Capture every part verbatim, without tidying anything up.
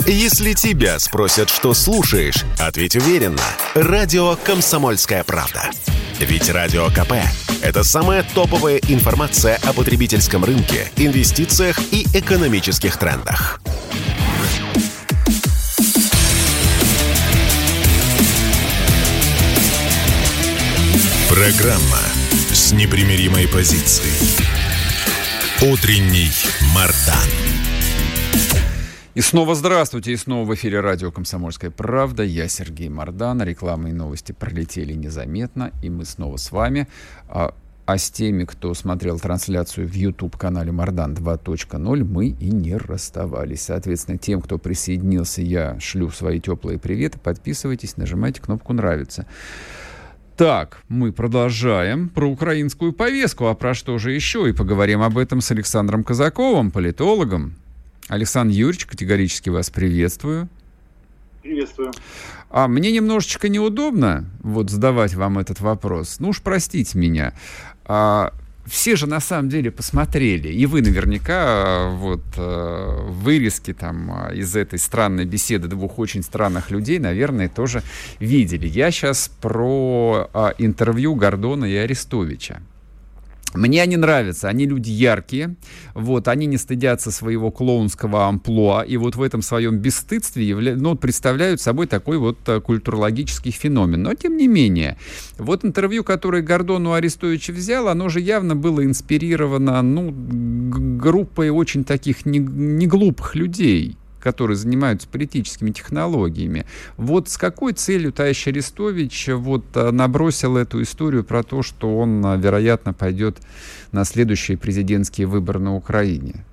Если тебя спросят, что слушаешь, ответь уверенно. Радио «Комсомольская правда». Ведь Радио КП – это самая топовая информация о потребительском рынке, инвестициях и экономических трендах. Программа с непримиримой позицией. Утренний Мардан. И снова здравствуйте, и снова в эфире радио «Комсомольская правда». Я Сергей Мардан. Рекламные новости пролетели незаметно, и мы снова с вами. А, а с теми, кто смотрел трансляцию в YouTube-канале «Мардан два точка ноль», мы и не расставались. Соответственно, тем, кто присоединился, я шлю свои теплые приветы. Подписывайтесь, нажимайте кнопку «Нравится». Так, мы продолжаем про украинскую повестку. А про что же еще? И поговорим об этом с Александром Казаковым, политологом. Александр Юрьевич, категорически вас приветствую. Приветствую. А мне немножечко неудобно вот задавать вам этот вопрос. Ну уж простите меня. А, все же на самом деле посмотрели, и вы наверняка вот вырезки там из этой странной беседы двух очень странных людей, наверное, тоже видели. Я сейчас про а, интервью Гордона и Арестовича. Мне они нравятся, они люди яркие, вот, они не стыдятся своего клоунского амплуа, и вот в этом своем бесстыдстве явля... ну, представляют собой такой вот культурологический феномен. Но, тем не менее, вот интервью, которое Гордон у Арестовича взял, оно же явно было инспирировано, ну, г- группой очень таких не, не глупых людей, которые занимаются политическими технологиями. Вот с какой целью товарищ Арестович вот набросил эту историю про то, что он, вероятно, пойдет на следующие президентские выборы на Украине?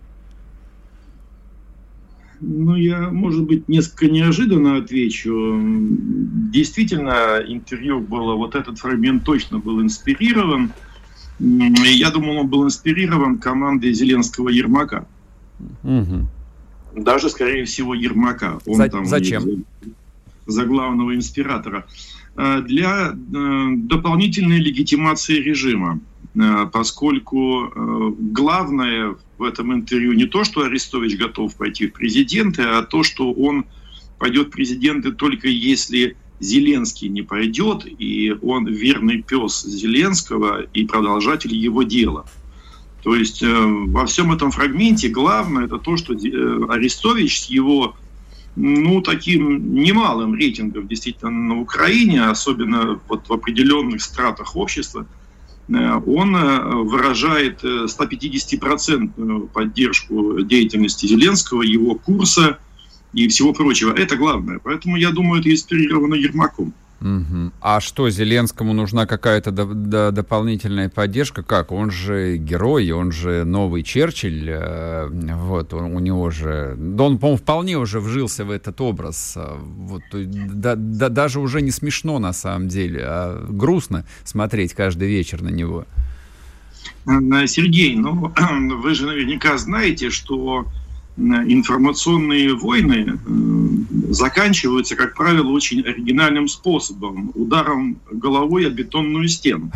Ну, я, может быть, несколько неожиданно отвечу. Действительно, интервью было, вот этот фрагмент точно был инспирирован. Я думаю, он был инспирирован командой Зеленского-Ермака. Угу. Даже, скорее всего, Ермака. Он За, там зачем? За, за главного инспиратора. Для э, дополнительной легитимации режима. Э, поскольку э, главное в этом интервью не то, что Арестович готов пойти в президенты, а то, что он пойдет в президенты только если Зеленский не пойдет, и он верный пес Зеленского и продолжатель его дела. То есть э, во всем этом фрагменте главное это то, что э, Арестович с его, ну, таким немалым рейтингом действительно на Украине, особенно вот в определенных стратах общества, э, он э, выражает э, сто пятьдесят процентов поддержку деятельности Зеленского, его курса и всего прочего. Это главное. Поэтому я думаю, это инспирировано Ермаком. Угу. А что, Зеленскому нужна какая-то до- до- дополнительная поддержка? Как? Он же герой, он же новый Черчилль. Э, вот, он, у него же... Да он, по-моему, вполне уже вжился в этот образ. Вот, да, да, даже уже не смешно на самом деле, а грустно смотреть каждый вечер на него. Сергей, ну, вы же наверняка знаете, что информационные войны заканчиваются, как правило, очень оригинальным способом. Ударом головой о бетонную стену.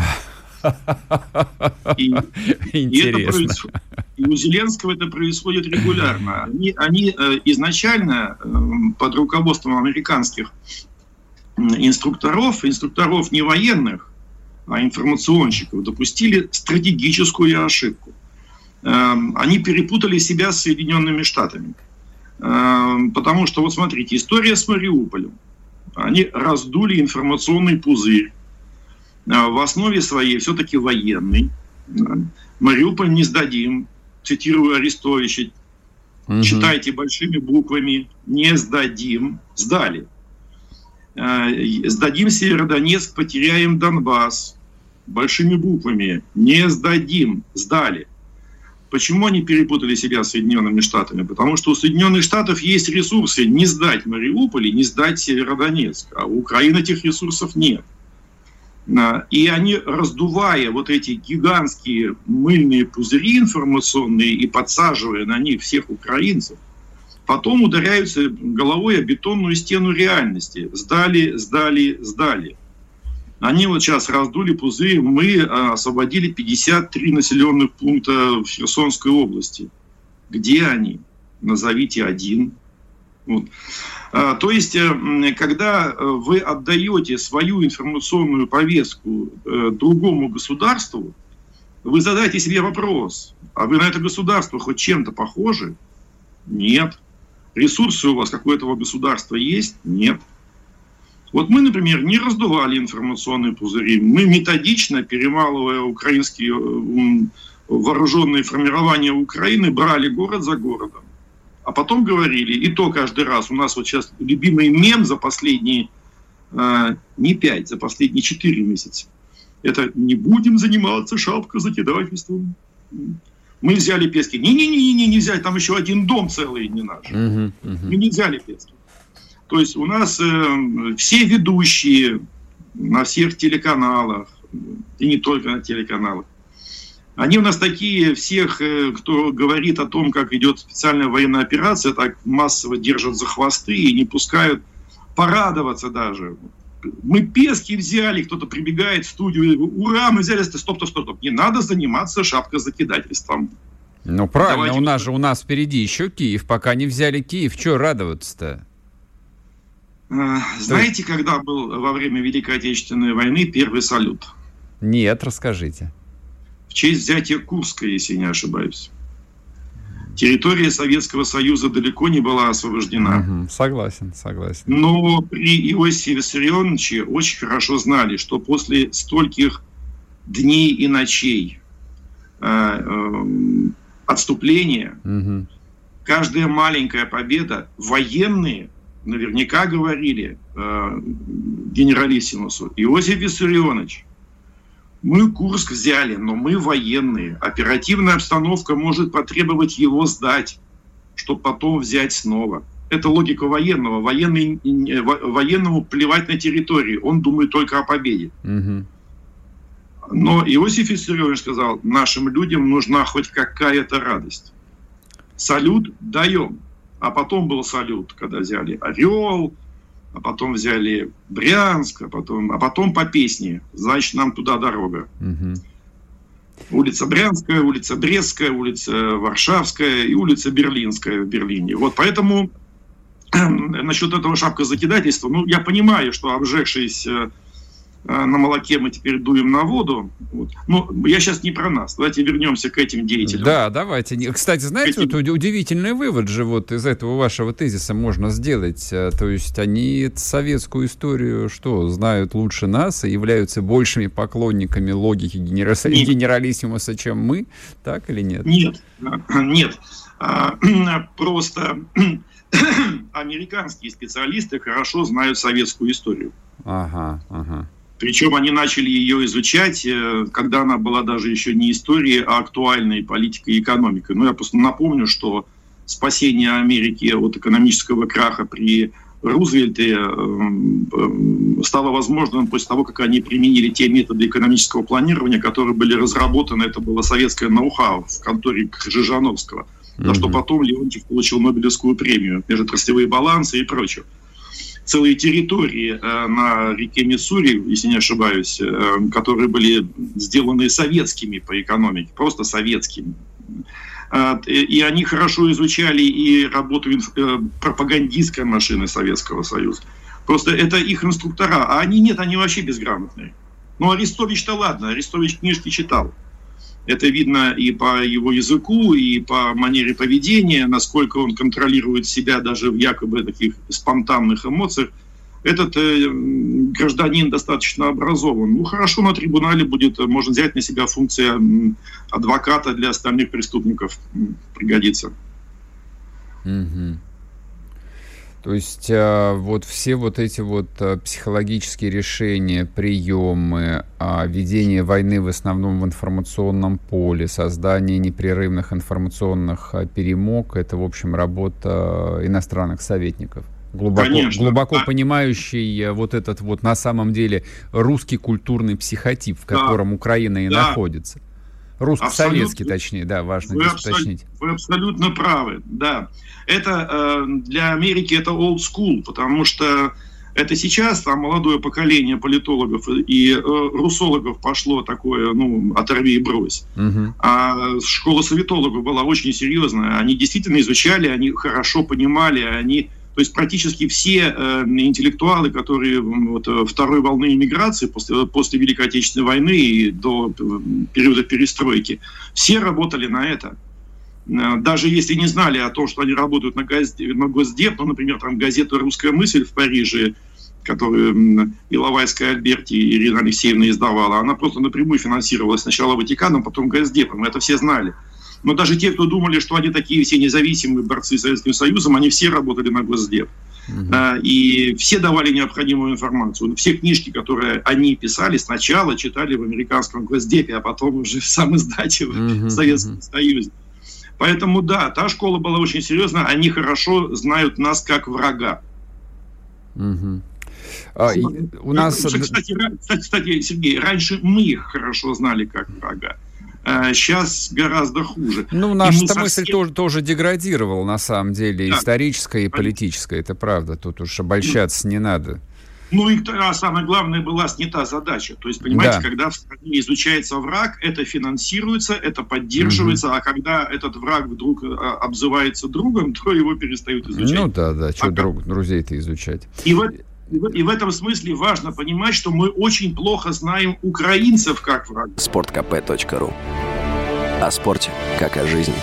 И, и, это происходит, и у Зеленского это происходит регулярно. Они, они изначально под руководством американских инструкторов, инструкторов не военных, а информационщиков, допустили стратегическую ошибку. Они перепутали себя с Соединенными Штатами. Потому что, вот смотрите, история с Мариуполем. Они раздули информационный пузырь. В основе своей все-таки военный. Мариуполь не сдадим. Цитирую Арестовича. Угу. Читайте большими буквами. Не сдадим. Сдали. Сдадим Северодонецк, потеряем Донбасс. Большими буквами. Не сдадим. Сдали. Почему они перепутали себя с Соединенными Штатами? Потому что у Соединенных Штатов есть ресурсы не сдать Мариуполь и не сдать Северодонецк. А у Украины этих ресурсов нет. И они, раздувая вот эти гигантские мыльные пузыри информационные и подсаживая на них всех украинцев, потом ударяются головой о бетонную стену реальности. Сдали, сдали, сдали. Они вот сейчас раздули пузырь. Мы освободили пятьдесят три населенных пункта в Херсонской области. Где они? Назовите один. Вот. То есть, когда вы отдаете свою информационную повестку другому государству, вы задаете себе вопрос, а вы на это государство хоть чем-то похожи? Нет. Ресурсы у вас как у этого государства есть? Нет. Вот мы, например, не раздували информационные пузыри. Мы методично, перемалывая украинские вооруженные формирования Украины, брали город за городом. А потом говорили, и то каждый раз, у нас вот сейчас любимый мем за последние, э, не пять, за последние четыре месяца. Это «не будем заниматься шапкозакидательством». Мы взяли Пески. Не-не-не, не взяли, там еще один дом целый не наш. Uh-huh, uh-huh. Мы не взяли Пески. То есть у нас э, все ведущие на всех телеканалах, и не только на телеканалах, они у нас такие, всех, кто говорит о том, как идет специальная военная операция, так массово держат за хвосты и не пускают порадоваться даже. Мы Пески взяли, кто-то прибегает в студию, ура, мы взяли, стоп, стоп, стоп, стоп. Не надо заниматься шапкозакидательством. Ну правильно, Давайте... у нас же у нас впереди еще Киев, пока не взяли Киев, что радоваться-то? Знаете, когда был во время Великой Отечественной войны первый салют? Нет, расскажите. В честь взятия Курска, если не ошибаюсь. Территория Советского Союза далеко не была освобождена. Угу, согласен, согласен. Но при Иосифе Виссарионовиче очень хорошо знали, что после стольких дней и ночей э, э, отступления, угу. каждая маленькая победа, военные наверняка говорили э, генералиссимусу: Иосиф Виссарионович, мы Курск взяли, но мы военные. Оперативная обстановка может потребовать его сдать, чтобы потом взять снова. Это логика военного. Военный, военному плевать на территорию. Он думает только о победе. Угу. Но Иосиф Виссарионович сказал, нашим людям нужна хоть какая-то радость. Салют даем. А потом был салют, когда взяли Орел, а потом взяли Брянск, а потом, а потом по песне, значит, нам туда дорога. Угу. Улица Брянская, улица Брестская, улица Варшавская и улица Берлинская в Берлине. Вот поэтому насчет этого шапкозакидательства, ну, я понимаю, что обжегшись на молоке мы теперь дуем на воду. Вот. Но я сейчас не про нас. Давайте вернемся к этим деятелям. Да, давайте. Кстати, знаете, этим... вот удивительный вывод же вот из этого вашего тезиса можно сделать. То есть они советскую историю что, знают лучше нас и являются большими поклонниками логики генера... генералиссимуса, чем мы? Так или нет? Нет. Нет. Просто американские специалисты хорошо знают советскую историю. Ага, ага. Причем они начали ее изучать, когда она была даже еще не историей, а актуальной политикой и экономикой. Ну, я просто напомню, что спасение Америки от экономического краха при Рузвельте стало возможным после того, как они применили те методы экономического планирования, которые были разработаны, это было советское ноу-хау в конторе Крыжановского, за mm-hmm. что потом Леонтьев получил Нобелевскую премию, межотраслевые балансы и прочее. Целые территории э, на реке Миссури, если не ошибаюсь, э, которые были сделаны советскими по экономике, просто советскими. Э, и они хорошо изучали и работу э, пропагандистской машины Советского Союза. Просто это их инструктора, а они нет, они вообще безграмотные. Ну, Арестович-то ладно, Арестович книжки читал. Это видно и по его языку, и по манере поведения, насколько он контролирует себя даже в якобы таких спонтанных эмоциях. Этот э, гражданин достаточно образован. Ну, хорошо, на трибунале будет, можно взять на себя функция адвоката для остальных преступников. Пригодится. Mm-hmm. То есть вот все вот эти вот психологические решения, приемы, ведение войны в основном в информационном поле, создание непрерывных информационных перемог, это, в общем, работа иностранных советников. Глубоко, глубоко а... понимающий вот этот вот на самом деле русский культурный психотип, в котором да. Украина и да. находится. Русско-советский, точнее, да, важно вы здесь абсол... уточнить. Вы абсолютно правы, да. Это э, для Америки это old school, потому что это сейчас там молодое поколение политологов и э, русологов пошло такое, ну, оторви и брось. Угу. А школа советологов была очень серьезная. Они действительно изучали, они хорошо понимали, они То есть практически все э, интеллектуалы, которые вот, второй волны иммиграции после, после Великой Отечественной войны и до периода перестройки, все работали на это. Даже если не знали о том, что они работают на, газде, на Госдеп, ну, например, там газета «Русская мысль» в Париже, которую Иловайская Альберти Ирина Алексеевна издавала, она просто напрямую финансировалась сначала Ватиканом, потом Госдепом, это все знали. Но даже те, кто думали, что они такие все независимые борцы с Советским Союзом, они все работали на Госдеп. Uh-huh. И все давали необходимую информацию. Все книжки, которые они писали, сначала читали в американском Госдепе, а потом уже в сам издате uh-huh. в Советском uh-huh. Союзе. Поэтому да, та школа была очень серьезная, они хорошо знают нас как врага. Uh-huh. А, у нас... кстати, кстати, Сергей, раньше мы их хорошо знали как врага. Сейчас гораздо хуже. Ну, наша совсем... мысль тоже, тоже деградировала, на самом деле, да. Историческая и политическая, это правда, тут уж обольщаться не надо. Ну и а самое главное, была снята задача. То есть, понимаете, да. когда в стране изучается враг, это финансируется, это поддерживается, угу. а когда этот враг вдруг обзывается другом, то его перестают изучать. Ну да, да, что а друг, друзей-то изучать. И вот И в этом смысле важно понимать, что мы очень плохо знаем украинцев как враг. спорт кей пи точка ру. О спорте, как о жизни.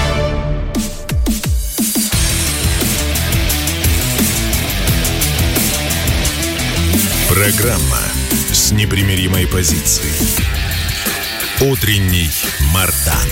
Программа с непримиримой позицией. Утренний Мардан.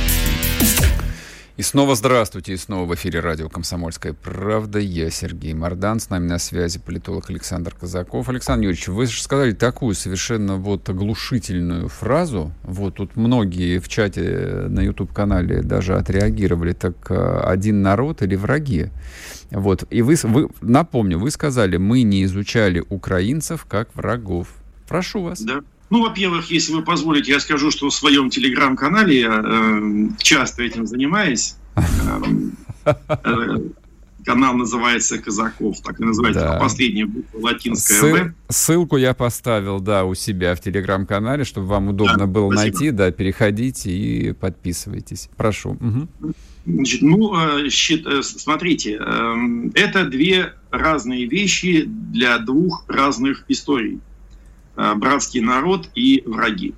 И снова здравствуйте, и снова в эфире радио «Комсомольская правда». Я Сергей Мардан, с нами на связи политолог Александр Казаков. Александр Юрьевич, вы же сказали такую совершенно вот оглушительную фразу. Вот тут многие в чате на YouTube-канале даже отреагировали, так один народ или враги. Вот, и вы, вы, напомню, вы сказали, мы не изучали украинцев как врагов. Прошу вас. Да. Ну, во-первых, если вы позволите, я скажу, что в своем телеграм-канале я э, часто этим занимаюсь. Э, э, канал называется «Казаков», так и называется, да. Последняя буква латинская Ссыл, «В». Ссылку я поставил, да, у себя в телеграм-канале, чтобы вам удобно да, было спасибо. найти, да, переходите и подписывайтесь. Прошу. Угу. Значит, ну, смотрите, это две разные вещи для двух разных историй. Братский народ и враги.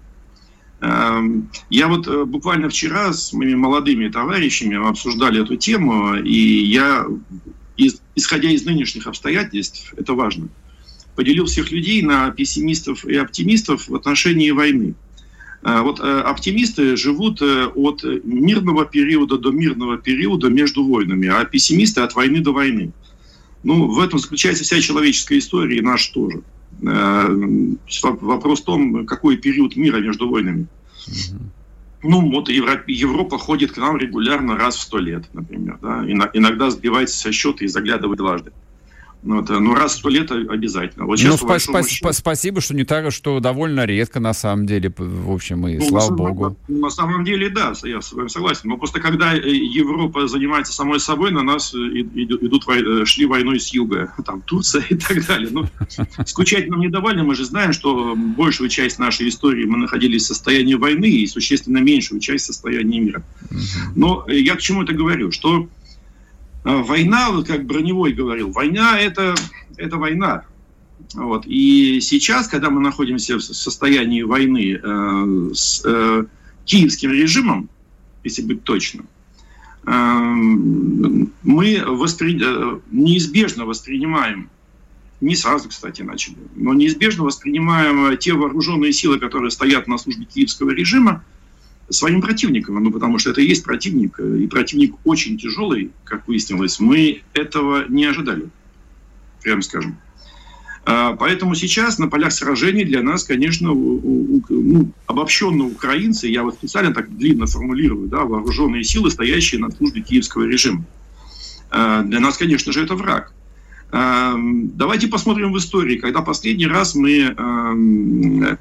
Я вот буквально вчера с моими молодыми товарищами обсуждали эту тему, и я, исходя из нынешних обстоятельств, это важно, поделил всех людей на пессимистов и оптимистов в отношении войны. Вот оптимисты живут от мирного периода до мирного периода между войнами, а пессимисты от войны до войны. Ну, в этом заключается вся человеческая история, и наша тоже. Вопрос в том, какой период мира между войнами. Mm-hmm. Ну, вот Европа, Европа ходит к нам регулярно раз в сто лет, например. Да? Иногда сбивается со счета и заглядывает дважды. Вот, ну, раз в сто лет обязательно. Вот ну, спа- спа- счету... спасибо, что не так, что довольно редко, на самом деле, в общем, и ну, слава на самом, богу. На самом деле, да, я с вами согласен. Но просто когда Европа занимается самой собой, на нас идут, шли войной с юга, там, Турция и так далее. Ну, скучать нам не давали, мы же знаем, что большую часть нашей истории мы находились в состоянии войны и существенно меньшую часть в состоянии мира. Но я к чему это говорю? Что война, как Броневой говорил, война это, это война. Вот. И сейчас, когда мы находимся в состоянии войны э, с э, киевским режимом, если быть точным, э, мы воспри... неизбежно воспринимаем, не сразу, кстати, начали, но неизбежно воспринимаем те вооруженные силы, которые стоят на службе киевского режима, своим противником, ну, потому что это и есть противник, и противник очень тяжелый, как выяснилось, мы этого не ожидали, прямо скажем. Поэтому сейчас на полях сражений для нас, конечно, ну, обобщенно украинцы, я вот специально так длинно формулирую, да, вооруженные силы, стоящие на службе киевского режима. Для нас, конечно же, это враг. Давайте посмотрим в истории, когда последний раз мы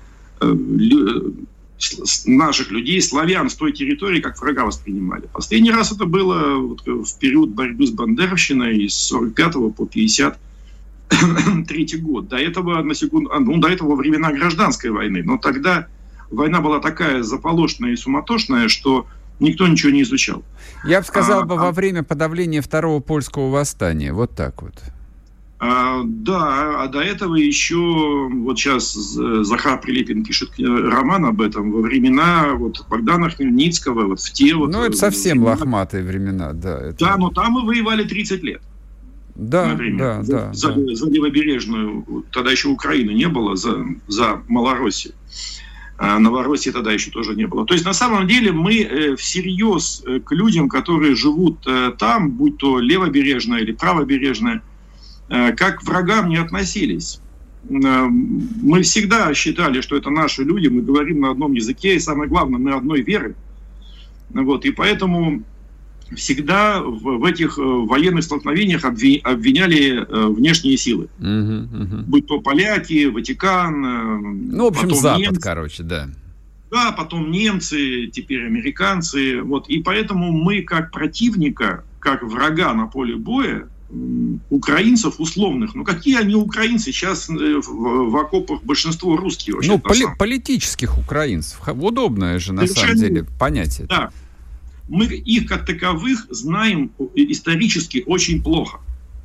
наших людей, славян с той территории, как врага воспринимали. Последний раз это было вот в период борьбы с бандеровщиной с сорок пятого по пятьдесят третий год. До этого, на секунду, ну, до этого времена гражданской войны. Но тогда война была такая заполошенная и суматошная, что Никто ничего не изучал. Я бы сказал а, бы, во время подавления второго польского восстания. Вот так вот. А, да, а до этого еще, вот сейчас Захар Прилепин пишет роман об этом, во времена вот Богдана Хмельницкого, вот в те вот... Ну, это совсем времена, лохматые времена, да. Это... Да, но там мы воевали тридцать лет. Да, например, да, за, да, за, да. за левобережную, тогда еще Украины не было, за, за Малороссию. А Новороссии тогда еще тоже не было. То есть, на самом деле, мы э, всерьез э, к людям, которые живут э, там, будь то левобережная или правобережная, э, как к врагам не относились. Э, мы всегда считали, что это наши люди, мы говорим на одном языке, и самое главное, мы одной веры. Вот, и поэтому всегда в, в этих военных столкновениях обви, обвиняли э, внешние силы. Uh-huh, uh-huh. Будь то поляки, Ватикан, э, ну, в общем, потом Запад, немцы. короче, да. Да, потом немцы, теперь американцы. Вот. И поэтому мы, как противника, как врага на поле боя, украинцев условных, ну какие они украинцы? Сейчас в, в окопах большинство русские. Вообще, ну, поли- политических украинцев. Удобное же, на Совершенно... самом деле, понятие. Да. Мы их как таковых знаем исторически очень плохо.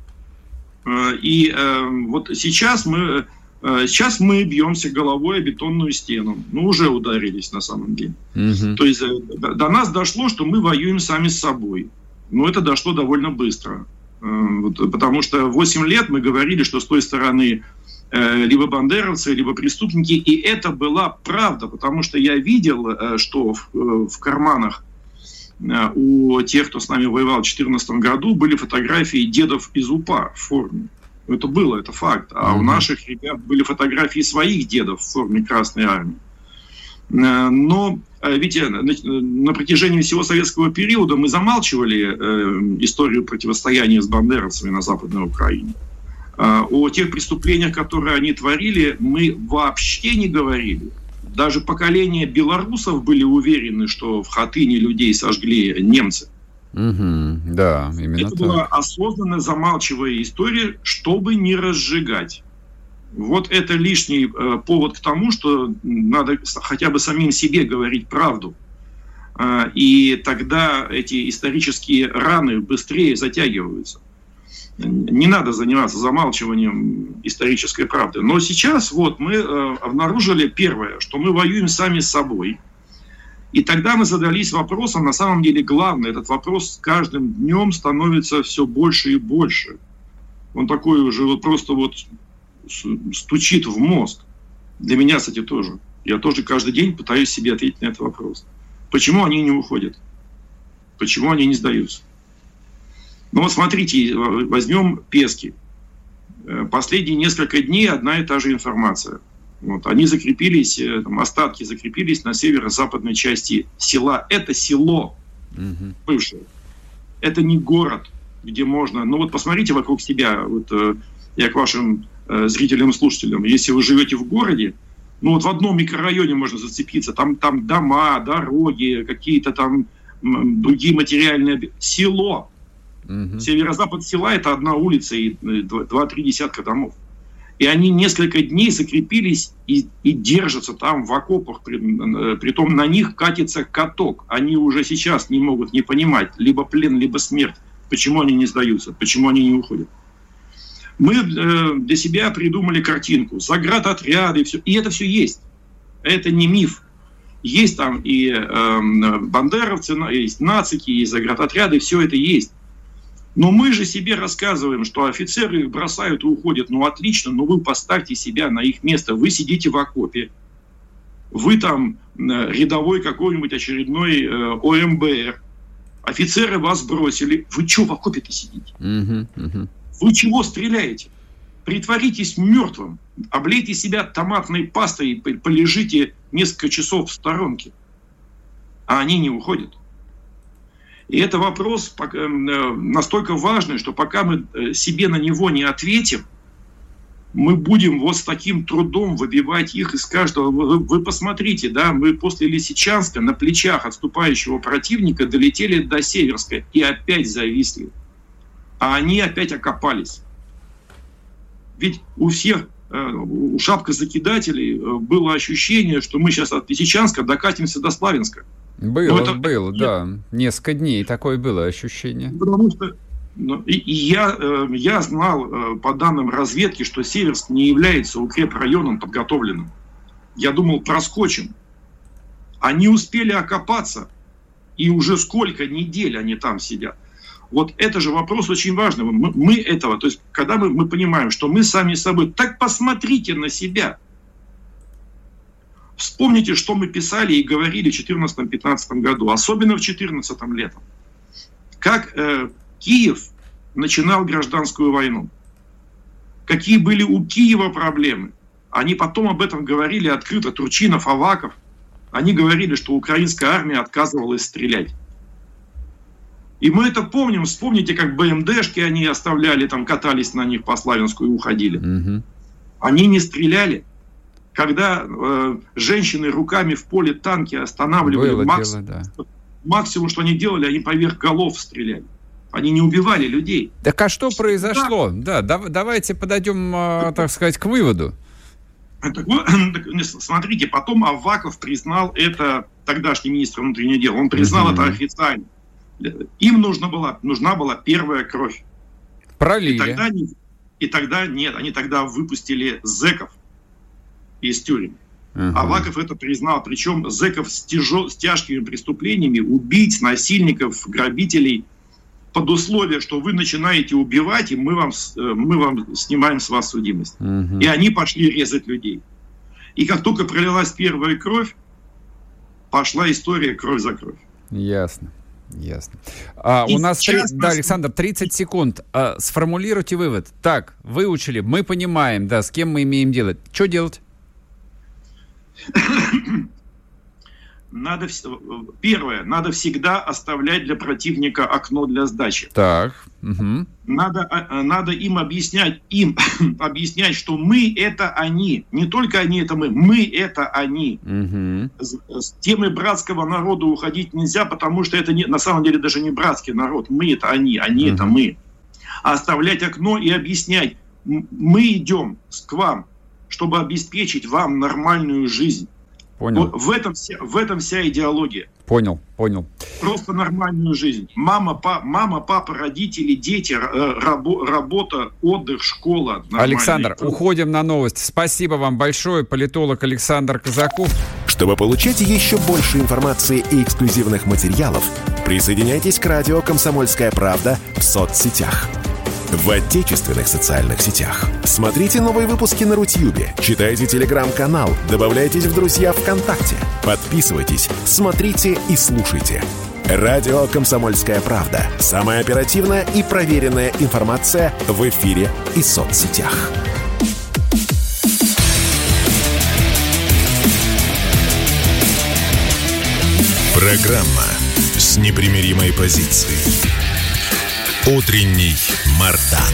И э, вот сейчас мы, э, сейчас мы бьемся головой о бетонную стену. Ну, уже ударились на самом деле. Угу. То есть э, до нас дошло, что мы воюем сами с собой. Но это дошло довольно быстро. Э, вот, потому что восемь лет мы говорили, что с той стороны э, либо бандеровцы, либо преступники. И это была правда, потому что я видел, э, что в, э, в карманах у тех, кто с нами воевал в две тысячи четырнадцатом году, были фотографии дедов из УПА в форме. Это было, это факт. А mm-hmm. у наших ребят были фотографии своих дедов в форме Красной Армии. Но, видите, на протяжении всего советского периода мы замалчивали историю противостояния с бандеровцами на Западной Украине. О тех преступлениях, которые они творили, мы вообще не говорили. Даже поколение белорусов были уверены, что в Хатыне людей сожгли немцы. Угу, да, именно Это так. была осознанно замалчивая история, чтобы не разжигать. Вот это лишний э, повод к тому, что надо хотя бы самим себе говорить правду. Э, и тогда эти исторические раны быстрее затягиваются. Не надо заниматься замалчиванием исторической правды. Но сейчас вот мы э, обнаружили первое, что мы воюем сами с собой. И тогда мы задались вопросом, на самом деле главный, этот вопрос с каждым днем становится все больше и больше. Он такой уже вот просто вот стучит в мозг. Для меня, кстати, тоже. Я тоже каждый день пытаюсь себе ответить на этот вопрос. Почему они не уходят? Почему они не сдаются? Ну вот смотрите, возьмем Пески. Последние несколько дней одна и та же информация. Вот, они закрепились, там, остатки закрепились на северо-западной части села. Это село угу. бывшее. Это не город, где можно... Ну вот посмотрите вокруг себя. Вот, я к вашим зрителям, слушателям. Если вы живете в городе, ну вот в одном микрорайоне можно зацепиться. Там, там дома, дороги, какие-то там другие материальные... Село. Угу. Северо-запад села – это одна улица и два-три десятка домов. И они несколько дней закрепились и, и держатся там в окопах. При, притом на них катится каток. Они уже сейчас не могут не понимать, либо плен, либо смерть. Почему они не сдаются, почему они не уходят. Мы э, для себя придумали картинку. Заградотряды, все. И это все есть. Это не миф. Есть там и э, бандеровцы, есть нацики, есть заградотряды, все это есть. Но мы же себе рассказываем, что офицеры их бросают и уходят. Ну, отлично, но вы поставьте себя на их место. Вы сидите в окопе. Вы там рядовой какой-нибудь очередной э, О Эм Бэ Эр. Офицеры вас бросили. Вы что в окопе-то сидите? Uh-huh, uh-huh. Вы чего стреляете? Притворитесь мертвым. Облейте себя томатной пастой и полежите несколько часов в сторонке. А они не уходят. И это вопрос настолько важный, что пока мы себе на него не ответим, мы будем вот с таким трудом выбивать их из каждого. Вы, вы посмотрите, да, мы после Лисичанска на плечах отступающего противника долетели до Северска и опять зависли. А они опять окопались. Ведь у всех, у шапкозакидателей было ощущение, что мы сейчас от Лисичанска докатимся до Славянска. Было, это... было, да. Несколько дней такое было ощущение. Потому что ну, и, и я, э, я знал э, по данным разведки, что Северск не является укрепрайоном подготовленным. Я думал, проскочим. Они успели окопаться, и уже сколько недель они там сидят. Вот это же вопрос очень важный. Мы, мы этого, то есть когда мы, мы понимаем, что мы сами собой, так посмотрите на себя. Вспомните, что мы писали и говорили в две тысячи четырнадцатом-пятнадцатом году, особенно в две тысячи четырнадцатом летом. Как э, Киев начинал гражданскую войну. Какие были у Киева проблемы. Они потом об этом говорили открыто. Турчинов, Аваков. Они говорили, что украинская армия отказывалась стрелять. И мы это помним. Вспомните, как БМДшки они оставляли, там катались на них по Славянску и уходили. Угу. Они не стреляли. Когда э, женщины руками в поле танки останавливали, Было максимум, дело, да. максимум, что они делали, они поверх голов стреляли. Они не убивали людей. Так а что произошло? Да, да давайте подойдем, э, так сказать, к выводу. Так, так, смотрите, потом Аваков признал это, тогдашний министр внутренних дел, он признал mm-hmm. это официально. Им нужна была, нужна была первая кровь. Пролили. И тогда, и тогда нет, они тогда выпустили зэков из тюрем. Uh-huh. Аваков это признал, причем зэков с, тяжел, с тяжкими преступлениями, убийц, насильников, грабителей, под условие, что вы начинаете убивать, и мы вам, мы вам снимаем с вас судимость. Uh-huh. И они пошли резать людей. И как только пролилась первая кровь, пошла история кровь за кровь. Ясно. Ясно. А, у нас, три... нас... да, Александр, тридцать секунд. А, сформулируйте вывод. Так, выучили, мы понимаем, да, с кем мы имеем дело. Что делать? Надо, первое, надо всегда оставлять для противника окно для сдачи. Так. Угу. Надо, надо им объяснять, им объяснять, что мы это они. Не только они это мы, мы это они. Угу. С, с темы братского народа уходить нельзя, потому что это не, на самом деле даже не братский народ. Мы это они, они угу. это мы. А оставлять окно и объяснять, мы идем к вам, чтобы обеспечить вам нормальную жизнь. Понял. Вот в этом вся, в этом вся идеология. Понял, понял. Просто нормальную жизнь. Мама, па, мама папа, родители, дети, рабо, работа, отдых, школа. Александр, уходим на новости. Спасибо вам большое. Политолог Александр Казаков. Чтобы получать еще больше информации и эксклюзивных материалов, присоединяйтесь к радио «Комсомольская правда» в соцсетях. В отечественных социальных сетях. Смотрите новые выпуски на Рутьюбе, читайте телеграм-канал, добавляйтесь в друзья ВКонтакте, подписывайтесь, смотрите и слушайте. Радио «Комсомольская правда». Самая оперативная и проверенная информация в эфире и соцсетях. Программа с непримиримой позицией. Утренний Мардан.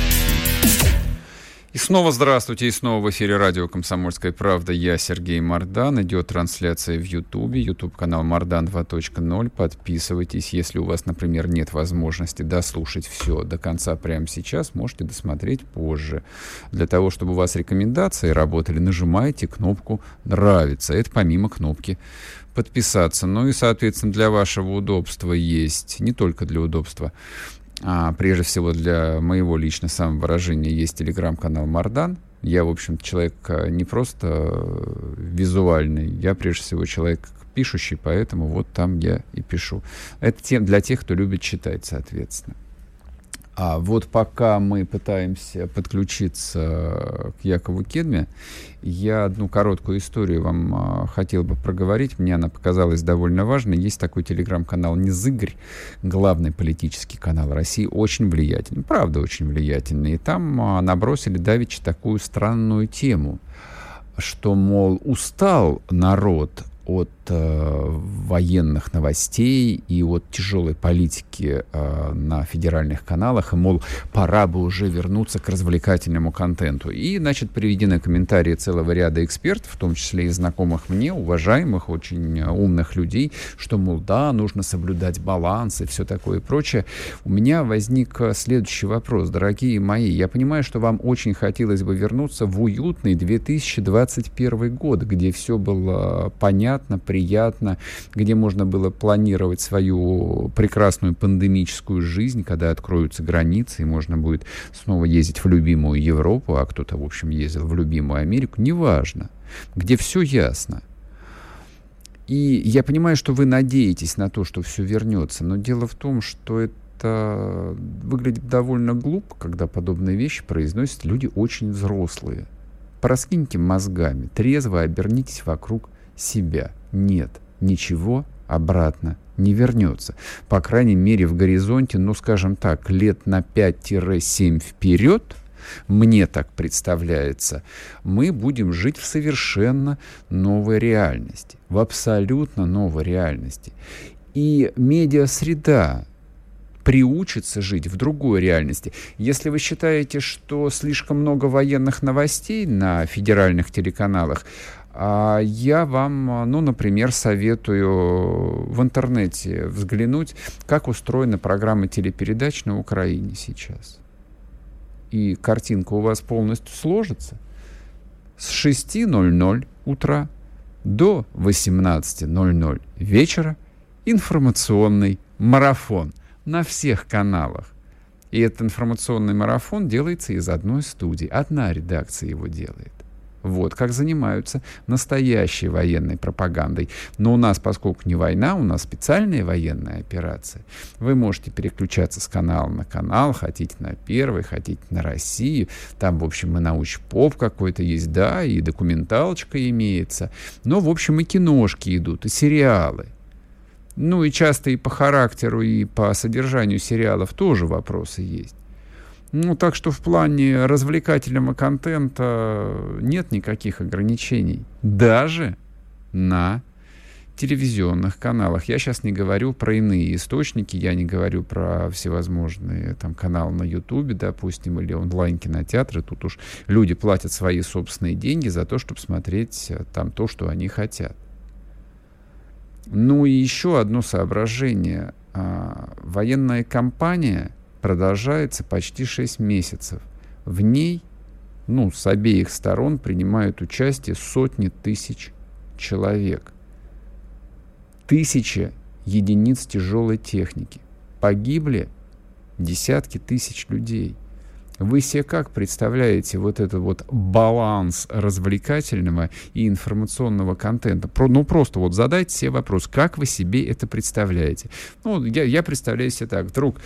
И снова здравствуйте, и снова в эфире радио «Комсомольская правда». Я Сергей Мардан. Идет трансляция в Ютубе, Ютуб-канал Мардан два точка ноль. Подписывайтесь. Если у вас, например, нет возможности дослушать все до конца прямо сейчас, можете досмотреть позже. Для того, чтобы у вас рекомендации работали, нажимайте кнопку «Нравится». Это помимо кнопки «Подписаться». Ну и, соответственно, для вашего удобства есть, не только для удобства, А, прежде всего, для моего лично самовыражения есть телеграм-канал Мардан. Я, в общем-то, человек не просто визуальный, я, прежде всего, человек пишущий, поэтому вот там я и пишу. Это тем, для тех, кто любит читать, соответственно. А вот пока мы пытаемся подключиться к Якову Кедме, я одну короткую историю вам а, хотел бы проговорить. Мне она показалась довольно важной. Есть такой телеграм-канал «Незыгорь», главный политический канал России, очень влиятельный, правда, очень влиятельный. И там а, набросили давеча такую странную тему, что, мол, устал народ от э, военных новостей и от тяжелой политики э, на федеральных каналах, и, мол, пора бы уже вернуться к развлекательному контенту. И, значит, приведены комментарии целого ряда экспертов, в том числе и знакомых мне, уважаемых, очень умных людей, что, мол, да, нужно соблюдать баланс и все такое и прочее. У меня возник следующий вопрос, дорогие мои. Я понимаю, что вам очень хотелось бы вернуться в уютный две тысячи двадцать первый год, где все было понятно, приятно, где можно было планировать свою прекрасную пандемическую жизнь, когда откроются границы, и можно будет снова ездить в любимую Европу, а кто-то, в общем, ездил в любимую Америку, неважно, где все ясно. И я понимаю, что вы надеетесь на то, что все вернется, но дело в том, что это выглядит довольно глупо, когда подобные вещи произносят люди очень взрослые. Пораскиньте мозгами, трезво обернитесь вокруг себя. Нет, ничего обратно не вернется. По крайней мере, в горизонте, ну, скажем так, лет на пять-семь вперед, мне так представляется, мы будем жить в совершенно новой реальности, в абсолютно новой реальности. И медиасреда приучится жить в другой реальности. Если вы считаете, что слишком много военных новостей на федеральных телеканалах, я вам, ну, например, советую в интернете взглянуть, как устроена программа телепередач на Украине сейчас. И картинка у вас полностью сложится. С шести ноль-ноль утра до восемнадцати ноль-ноль вечера информационный марафон на всех каналах. И этот информационный марафон делается из одной студии. Одна редакция его делает. Вот как занимаются настоящей военной пропагандой. Но у нас, поскольку не война, у нас специальная военная операция. Вы можете переключаться с канала на канал, хотите на Первый, хотите на Россию. Там, в общем, и научпоп какой-то есть, да, и документалочка имеется. Но, в общем, и киношки идут, и сериалы. Ну и часто и по характеру, и по содержанию сериалов тоже вопросы есть. Ну, так что в плане развлекательного контента нет никаких ограничений. Даже на телевизионных каналах. Я сейчас не говорю про иные источники, я не говорю про всевозможные там каналы на Ютубе, допустим, или онлайн-кинотеатры. Тут уж люди платят свои собственные деньги за то, чтобы смотреть там то, что они хотят. Ну и еще одно соображение. А, военная кампания продолжается почти шесть месяцев. В ней, ну, с обеих сторон принимают участие сотни тысяч человек. Тысячи единиц тяжелой техники. Погибли десятки тысяч людей. Вы себе как представляете вот этот вот баланс развлекательного и информационного контента? Про, ну, просто вот задайте себе вопрос, как вы себе это представляете? Ну, я, я представляю себе так, вдруг,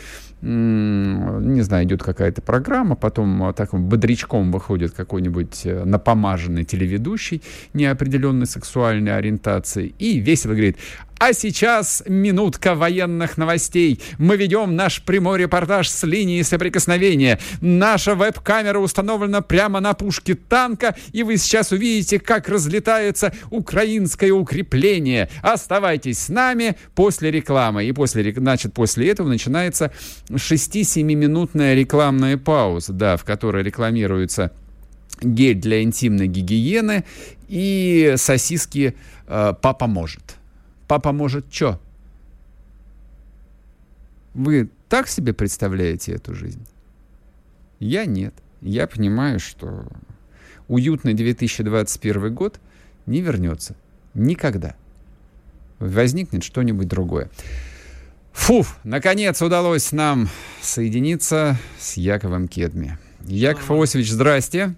м- не знаю, идет какая-то программа, потом таким бодрячком выходит какой-нибудь напомаженный телеведущий неопределенной сексуальной ориентации и весело говорит: а сейчас минутка военных новостей. Мы ведем наш прямой репортаж с линии соприкосновения. Наша веб-камера установлена прямо на пушке танка, и вы сейчас увидите, как разлетается украинское укрепление. Оставайтесь с нами после рекламы. И после, значит, после этого начинается шести-семиминутная рекламная пауза, да, в которой рекламируется гель для интимной гигиены и сосиски э, «Папа может». Папа может что? Вы так себе представляете эту жизнь? Я нет. Я понимаю, что уютный две тысячи двадцать первый год не вернется. Никогда. Возникнет что-нибудь другое. Фу, наконец удалось нам соединиться с Яковом Кедми. Яков Иосифович, здрасте.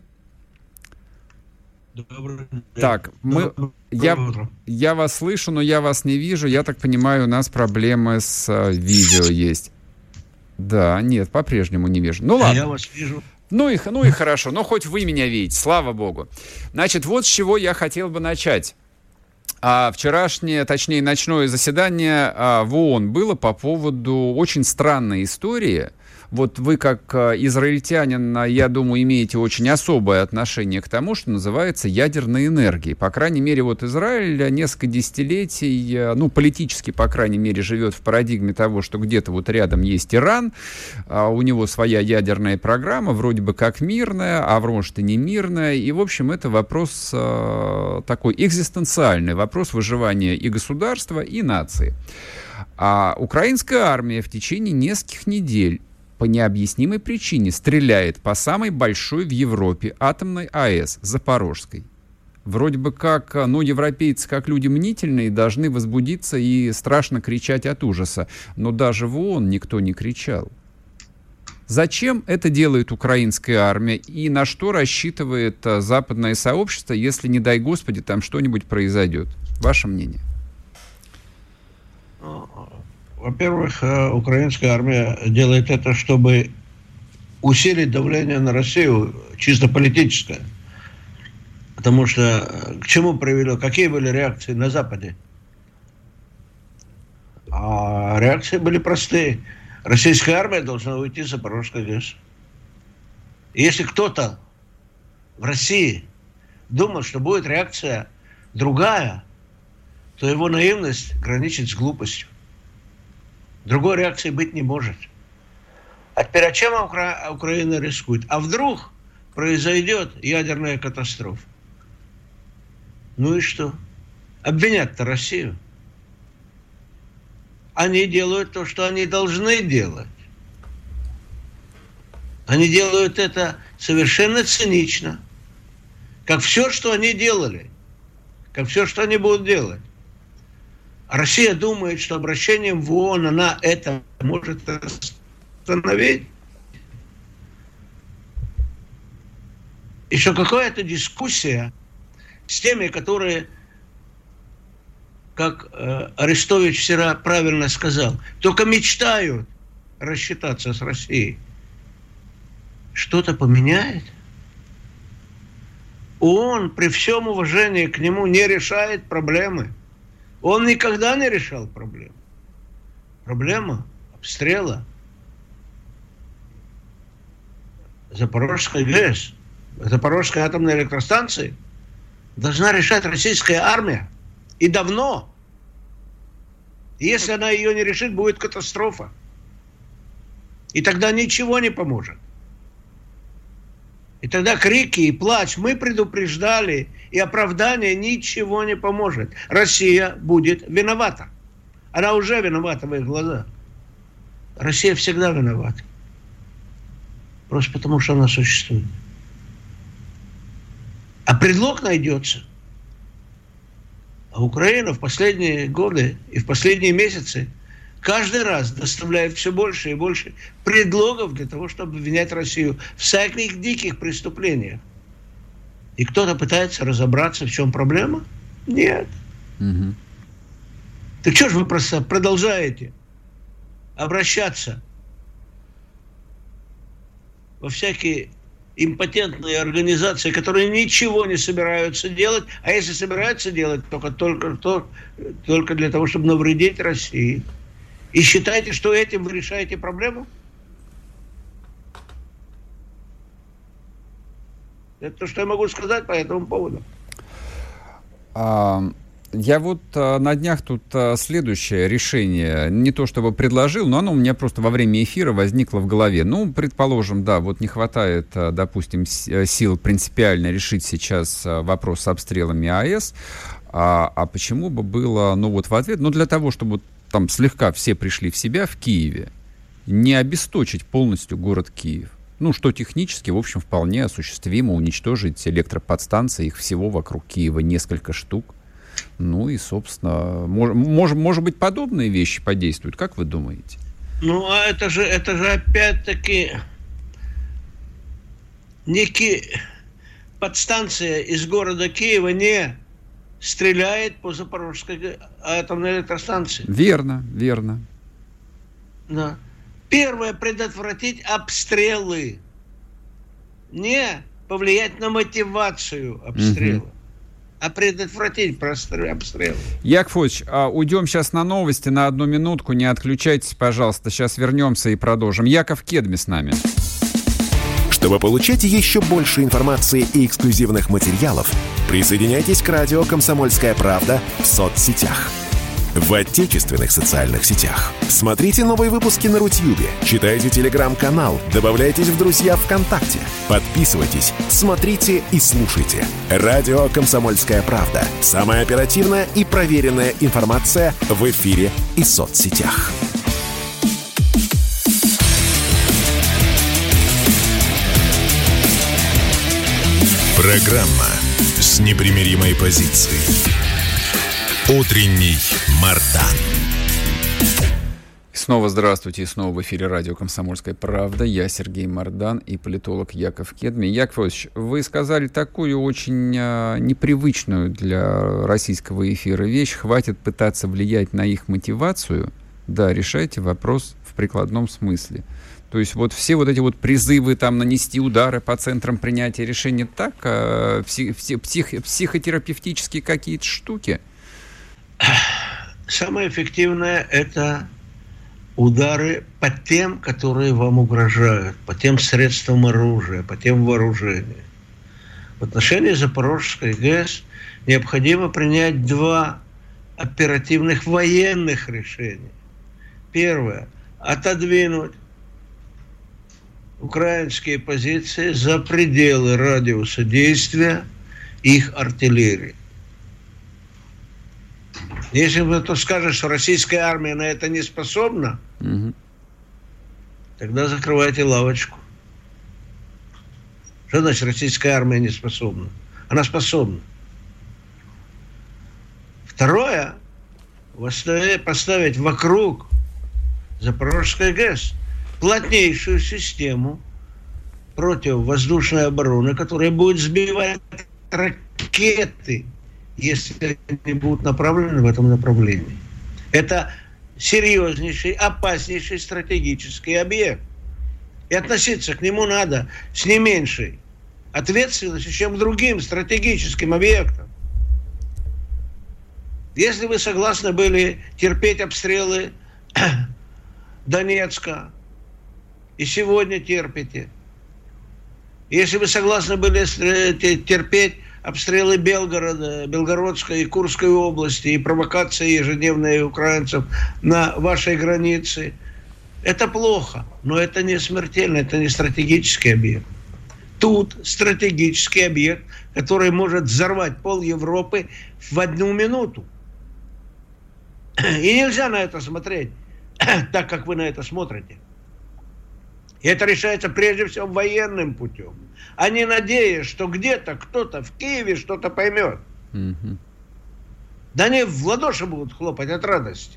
Добрый день. Так, мы, я, я вас слышу, но я вас не вижу. Я так понимаю, у нас проблемы с а, видео есть. Да, нет, по-прежнему не вижу. Ну ладно. Я вас вижу. Ну и, ну и хорошо, ну хоть вы меня видите, слава богу. Значит, вот с чего я хотел бы начать. А вчерашнее, точнее, ночное заседание а, в ООН было по поводу очень странной истории. Вот вы, как израильтянин, я думаю, имеете очень особое отношение к тому, что называется ядерной энергией. По крайней мере, вот Израиль несколько десятилетий, ну, политически, по крайней мере, живет в парадигме того, что где-то вот рядом есть Иран, а у него своя ядерная программа, вроде бы как мирная, а может и не мирная. И, в общем, это вопрос э, такой экзистенциальный, вопрос выживания и государства, и нации. А украинская армия в течение нескольких недель по необъяснимой причине стреляет по самой большой в Европе атомной АЭС, Запорожской. Вроде бы как, ну, европейцы, как люди мнительные, должны возбудиться и страшно кричать от ужаса. Но даже в ООН никто не кричал. Зачем это делает украинская армия и на что рассчитывает западное сообщество, если, не дай Господи, там что-нибудь произойдет? Ваше мнение? Во-первых, украинская армия делает это, чтобы усилить давление на Россию чисто политическое. Потому что к чему привело, какие были реакции на Западе? А реакции были простые. Российская армия должна уйти с Запорожской ГЭС. И если кто-то в России думал, что будет реакция другая, то его наивность граничит с глупостью. Другой реакции быть не может. А теперь, а чем Укра... Украина рискует? А вдруг произойдет ядерная катастрофа? Ну и что? Обвинят-то Россию. Они делают то, что они должны делать. Они делают это совершенно цинично. Как все, что они делали. Как все, что они будут делать. А Россия думает, что обращением в ООН она это может остановить. Еще какая-то дискуссия с теми, которые... как э, Арестович вчера правильно сказал, только мечтают рассчитаться с Россией. Что-то поменяет? ООН, при всем уважении к нему, не решает проблемы. Он никогда не решал проблем. Проблема обстрела Запорожской ГЭС, Запорожской атомной электростанции должна решать российская армия. И давно. И если она ее не решит, будет катастрофа. И тогда ничего не поможет. И тогда крики и плач. Мы предупреждали, и оправдание ничего не поможет. Россия будет виновата. Она уже виновата в их глазах. Россия всегда виновата. Просто потому, что она существует. А предлог найдется. А Украина в последние годы и в последние месяцы каждый раз доставляет все больше и больше предлогов для того, чтобы обвинять Россию в всяких диких преступлениях. И кто-то пытается разобраться, в чем проблема? Нет. Угу. Так что же вы просто продолжаете обращаться во всякие импотентные организации, которые ничего не собираются делать, а если собираются делать, только, только, то, только для того, чтобы навредить России. И считаете, что этим вы решаете проблему? Это то, что я могу сказать по этому поводу. А, я вот а, на днях тут а, следующее решение, не то чтобы предложил, но оно у меня просто во время эфира возникло в голове. Ну, предположим, да, вот не хватает, а, допустим, с, сил принципиально решить сейчас а, вопрос с обстрелами АЭС, а, а почему бы было, ну вот в ответ, ну для того, чтобы там слегка все пришли в себя в Киеве, не обесточить полностью город Киев. Ну, что технически, в общем, вполне осуществимо уничтожить электроподстанции, их всего вокруг Киева несколько штук. Ну и, собственно, мож, мож, может быть, подобные вещи подействуют. Как вы думаете? Ну, а это же, это же опять-таки некие подстанция из города Киева не стреляет по Запорожской атомной электростанции. Верно, верно. Да. Первое, предотвратить обстрелы. Не повлиять на мотивацию обстрела, угу. а предотвратить обстрелы. Яков Федорович, а уйдем сейчас на новости на одну минутку. Не отключайтесь, пожалуйста. Сейчас вернемся и продолжим. Яков Кедми с нами. Чтобы получать еще больше информации и эксклюзивных материалов, присоединяйтесь к радио «Комсомольская правда» в соцсетях. В отечественных социальных сетях. Смотрите новые выпуски на Рутьюбе, читайте телеграм-канал, добавляйтесь в друзья ВКонтакте, подписывайтесь, смотрите и слушайте. Радио «Комсомольская правда». Самая оперативная и проверенная информация в эфире и соцсетях. Программа с непримиримой позицией. Утренний Мардан. Снова здравствуйте, и снова в эфире радио «Комсомольская правда». Я Сергей Мардан и политолог Яков Кедми. Яков Ильич, вы сказали такую очень а, непривычную для российского эфира вещь. Хватит пытаться влиять на их мотивацию. Да, решайте вопрос в прикладном смысле. То есть вот все вот эти вот призывы там нанести удары по центрам принятия решений, так, а, псих, псих, психотерапевтические какие-то штуки? Самое эффективное – это удары по тем, которые вам угрожают, по тем средствам оружия, по тем вооружениям. В отношении Запорожской ГЭС необходимо принять два оперативных военных решения. Первое – отодвинуть украинские позиции за пределы радиуса действия их артиллерии. Если кто скажет, что российская армия на это не способна, угу. тогда закрывайте лавочку. Что значит российская армия не способна? Она способна. Второе, поставить вокруг Запорожской ГЭС плотнейшую систему противовоздушной обороны, которая будет сбивать ракеты, если они будут направлены в этом направлении. Это серьезнейший, опаснейший стратегический объект. И относиться к нему надо с не меньшей ответственностью, чем к другим стратегическим объектам. Если вы согласны были терпеть обстрелы Донецка, и сегодня терпите, если вы согласны были терпеть обстрелы Белгорода, Белгородской и Курской области и провокации ежедневные украинцев на вашей границе, это плохо, но это не смертельно, это не стратегический объект. Тут стратегический объект, который может взорвать пол Европы в одну минуту. И нельзя на это смотреть так, как вы на это смотрите. И это решается прежде всего военным путем, а не надеясь, что где-то кто-то в Киеве что-то поймет. Mm-hmm. Да они в ладоши будут хлопать от радости.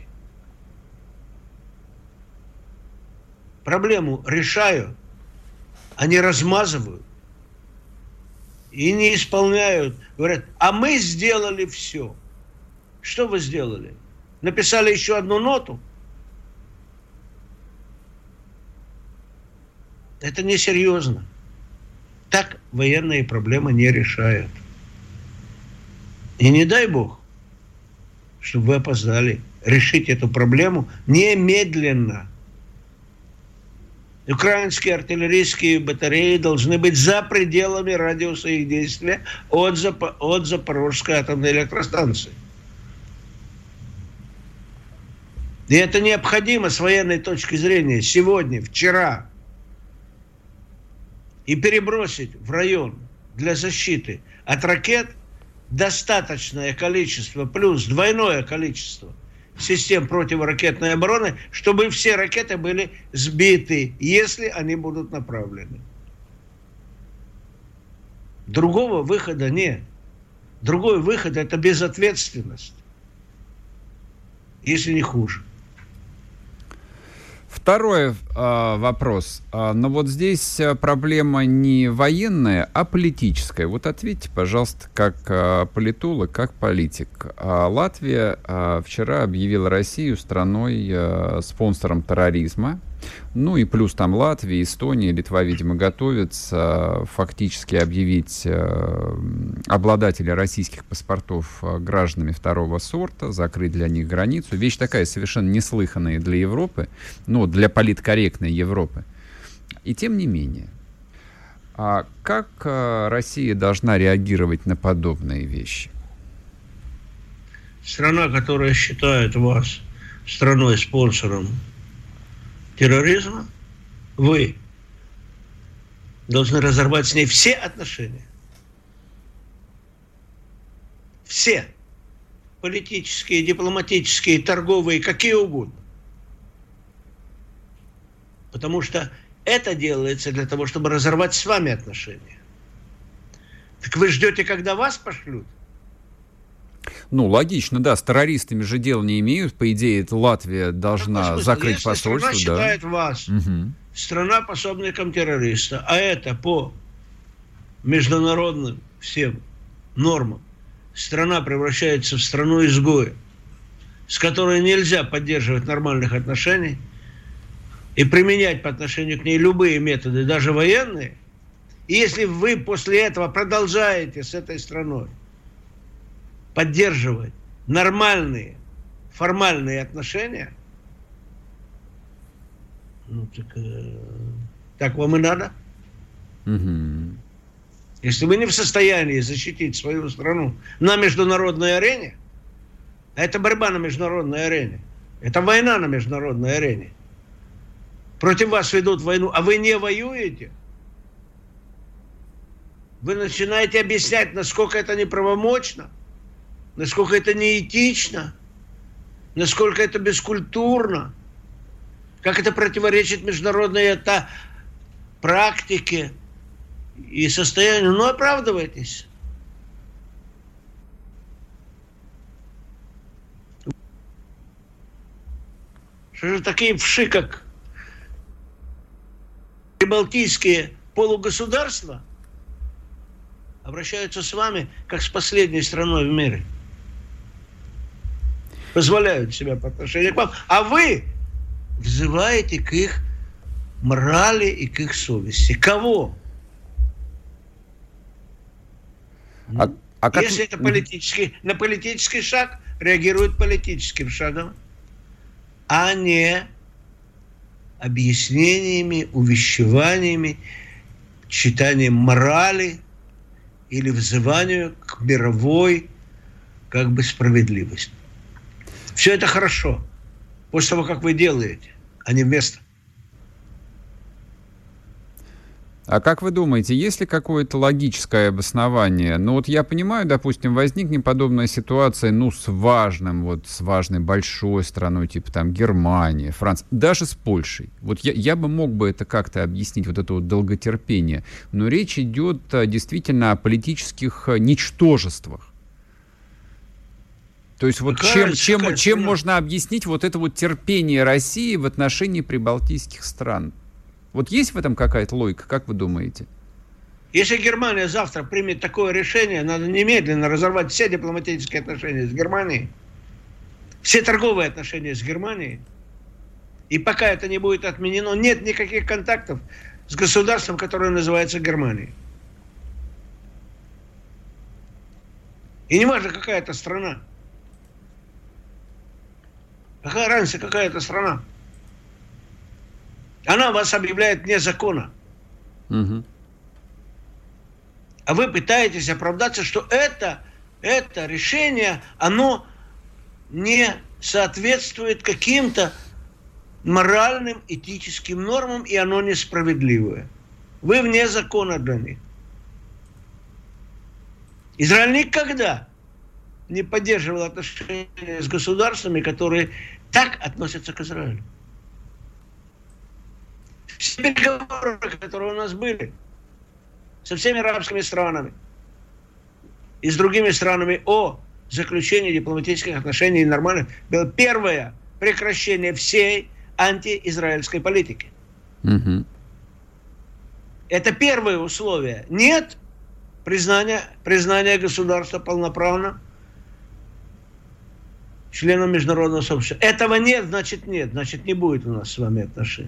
Проблему решают, они размазывают и не исполняют. Говорят, а мы сделали все. Что вы сделали? Написали еще одну ноту? Это несерьезно. Так военные проблемы не решают. И не дай бог, чтобы вы опоздали решить эту проблему немедленно. Украинские артиллерийские батареи должны быть за пределами радиуса их действия от, Зап- от Запорожской атомной электростанции. И это необходимо с военной точки зрения сегодня, вчера. И перебросить в район для защиты от ракет достаточное количество, плюс двойное количество систем противоракетной обороны, чтобы все ракеты были сбиты, если они будут направлены. Другого выхода нет. Другой выход – это безответственность, если не хуже. Второй э, вопрос. Э, но вот здесь проблема не военная, а политическая. Вот ответьте, пожалуйста, как э, политолог, как политик. Э, Латвия э, вчера объявила Россию страной э, спонсором терроризма. Ну и плюс там Латвия, Эстония, Литва, видимо, готовятся э, фактически объявить э, обладателя российских паспортов э, гражданами второго сорта, закрыть для них границу. Вещь такая совершенно неслыханная для Европы, ну, для политкорректной Европы. И тем не менее, а как э, Россия должна реагировать на подобные вещи? Страна, которая считает вас страной-спонсором терроризма, вы должны разорвать с ней все отношения. Все. Политические, дипломатические, торговые, какие угодно. Потому что это делается для того, чтобы разорвать с вами отношения. Так вы ждете, когда вас пошлют? Ну, логично, да. С террористами же дела не имеют. По идее, это Латвия должна закрыть Если посольство. Страна да. считает вас угу. страна пособником террориста, а это по международным всем нормам страна превращается в страну изгоя, с которой нельзя поддерживать нормальных отношений и применять по отношению к ней любые методы, даже военные. И если вы после этого продолжаете с этой страной поддерживать нормальные, формальные отношения, ну так, э, так вам и надо. Угу. Если вы не в состоянии защитить свою страну на международной арене, а это борьба на международной арене, это война на международной арене, против вас ведут войну, а вы не воюете, вы начинаете объяснять, насколько это неправомочно, насколько это неэтично, насколько это бескультурно, как это противоречит международной это практике и состоянию. Ну, оправдывайтесь. Что же такие вши, как прибалтийские полугосударства, обращаются с вами, как с последней страной в мире. Позволяют себя по отношению к вам. А вы взываете к их морали и к их совести. Кого? А, а как... Если это политический, на политический шаг реагируют политическим шагом, а не объяснениями, увещеваниями, читанием морали или взыванию к мировой как бы справедливости. Все это хорошо. После того, как вы делаете, а не вместо. А как вы думаете, есть ли какое-то логическое обоснование? Ну вот я понимаю, допустим, возникнет подобная ситуация, ну, с важным, вот с важной большой страной, типа там Германия, Франция, даже с Польшей. Вот я, я бы мог бы это как-то объяснить, вот это вот долготерпение. Но речь идет действительно о политических ничтожествах. То есть вот какая, чем, чем, чем можно объяснить вот это вот терпение России в отношении прибалтийских стран? Вот есть в этом какая-то логика, как вы думаете? Если Германия завтра примет такое решение, надо немедленно разорвать все дипломатические отношения с Германией, все торговые отношения с Германией. И пока это не будет отменено, нет никаких контактов с государством, которое называется Германией. И не важно, какая это страна. Какая разница, какая это страна? Она вас объявляет вне закона. Угу. А вы пытаетесь оправдаться, что это, это решение, оно не соответствует каким-то моральным, этическим нормам, и оно несправедливое. Вы вне закона для них. Израиль никогда не поддерживал отношения с государствами, которые так относятся к Израилю. Все переговоры, которые у нас были со всеми арабскими странами и с другими странами о заключении дипломатических отношений нормальных, было первое прекращение всей антиизраильской политики. Угу. Это первое условие. Нет признания, признания государства полноправно членом международного сообщества. Этого нет, значит нет. Значит, не будет у нас с вами отношений.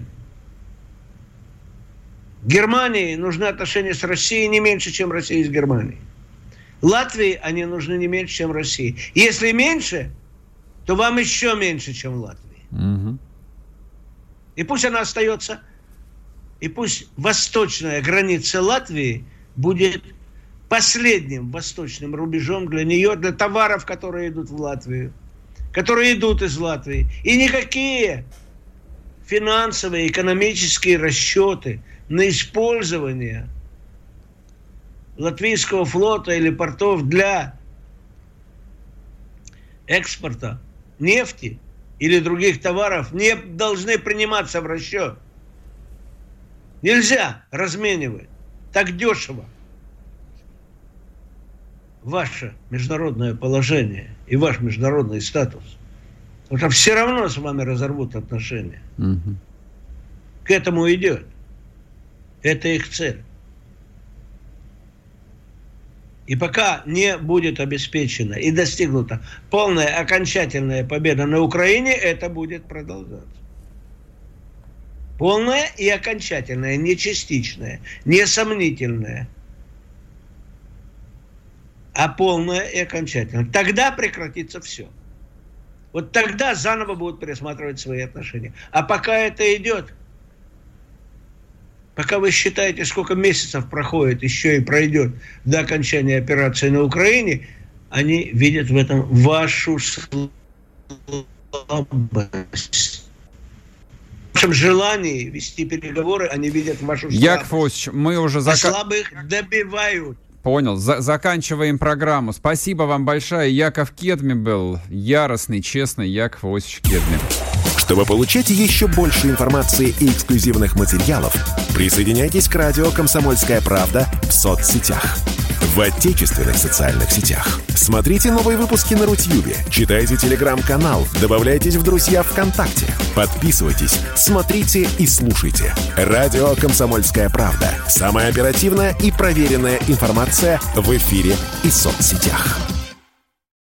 Германии нужны отношения с Россией не меньше, чем Россия с Германией. Латвии они нужны не меньше, чем России. Если меньше, то вам еще меньше, чем Латвии. Угу. И пусть она остается, и пусть восточная граница Латвии будет последним восточным рубежом для нее, для товаров, которые идут в Латвию, которые идут из Латвии. И никакие финансовые, экономические расчеты на использование латвийского флота или портов для экспорта нефти или других товаров не должны приниматься в расчет. Нельзя разменивать так дешево ваше международное положение и ваш международный статус, потому что все равно с вами разорвут отношения. Угу. К этому идет. Это их цель. И пока не будет обеспечена и достигнута полная окончательная победа на Украине, это будет продолжаться. Полная и окончательная, не частичная, не сомнительная, а полная и окончательная. Тогда прекратится все. Вот тогда заново будут пересматривать свои отношения. А пока это идет, пока вы считаете, сколько месяцев проходит, еще и пройдет до окончания операции на Украине, они видят в этом вашу слабость. В вашем желании вести переговоры, они видят вашу слабость. Яков Осич, мы уже... Зака... А слабых добивают. Понял. За- заканчиваем программу. Спасибо вам большое. Яков Кедми был. Яростный, честный Яков Осич Кедми. Чтобы получать еще больше информации и эксклюзивных материалов, присоединяйтесь к радио «Комсомольская правда» в соцсетях. В отечественных социальных сетях. Смотрите новые выпуски на Рутьюбе, читайте телеграм-канал, добавляйтесь в друзья ВКонтакте, подписывайтесь, смотрите и слушайте. Радио «Комсомольская правда». Самая оперативная и проверенная информация в эфире и соцсетях.